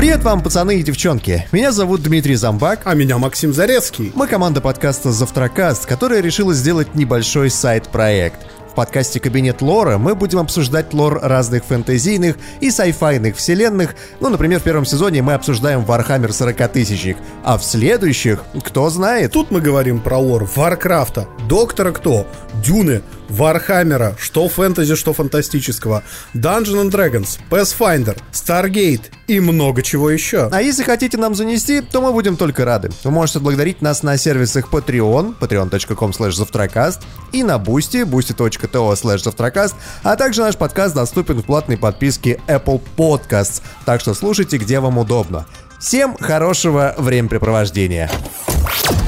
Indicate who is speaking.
Speaker 1: Привет вам, пацаны и девчонки. Меня зовут Дмитрий Замбак.
Speaker 2: А меня Максим Зарецкий.
Speaker 1: Мы команда подкаста «Завтракаст», которая решила сделать небольшой сайт-проект. В подкасте «Кабинет лора» мы будем обсуждать лор разных фэнтезийных и сайфайных вселенных. Например, в первом сезоне мы обсуждаем Warhammer 40 000, а в следующих, кто знает.
Speaker 2: Тут мы говорим про лор Варкрафта, Доктора Кто, Дюны, Вархаммера, что фэнтези, что фантастического, Dungeons & Dragons, Pathfinder, Stargate и много чего еще.
Speaker 1: А если хотите нам занести, то мы будем только рады. Вы можете отблагодарить нас на сервисах Patreon, patreon.com/завтракаст, и на Boosty, boosty.to/завтракаст, а также наш подкаст доступен в платной подписке Apple Podcasts, так что слушайте, где вам удобно. Всем хорошего времяпрепровождения.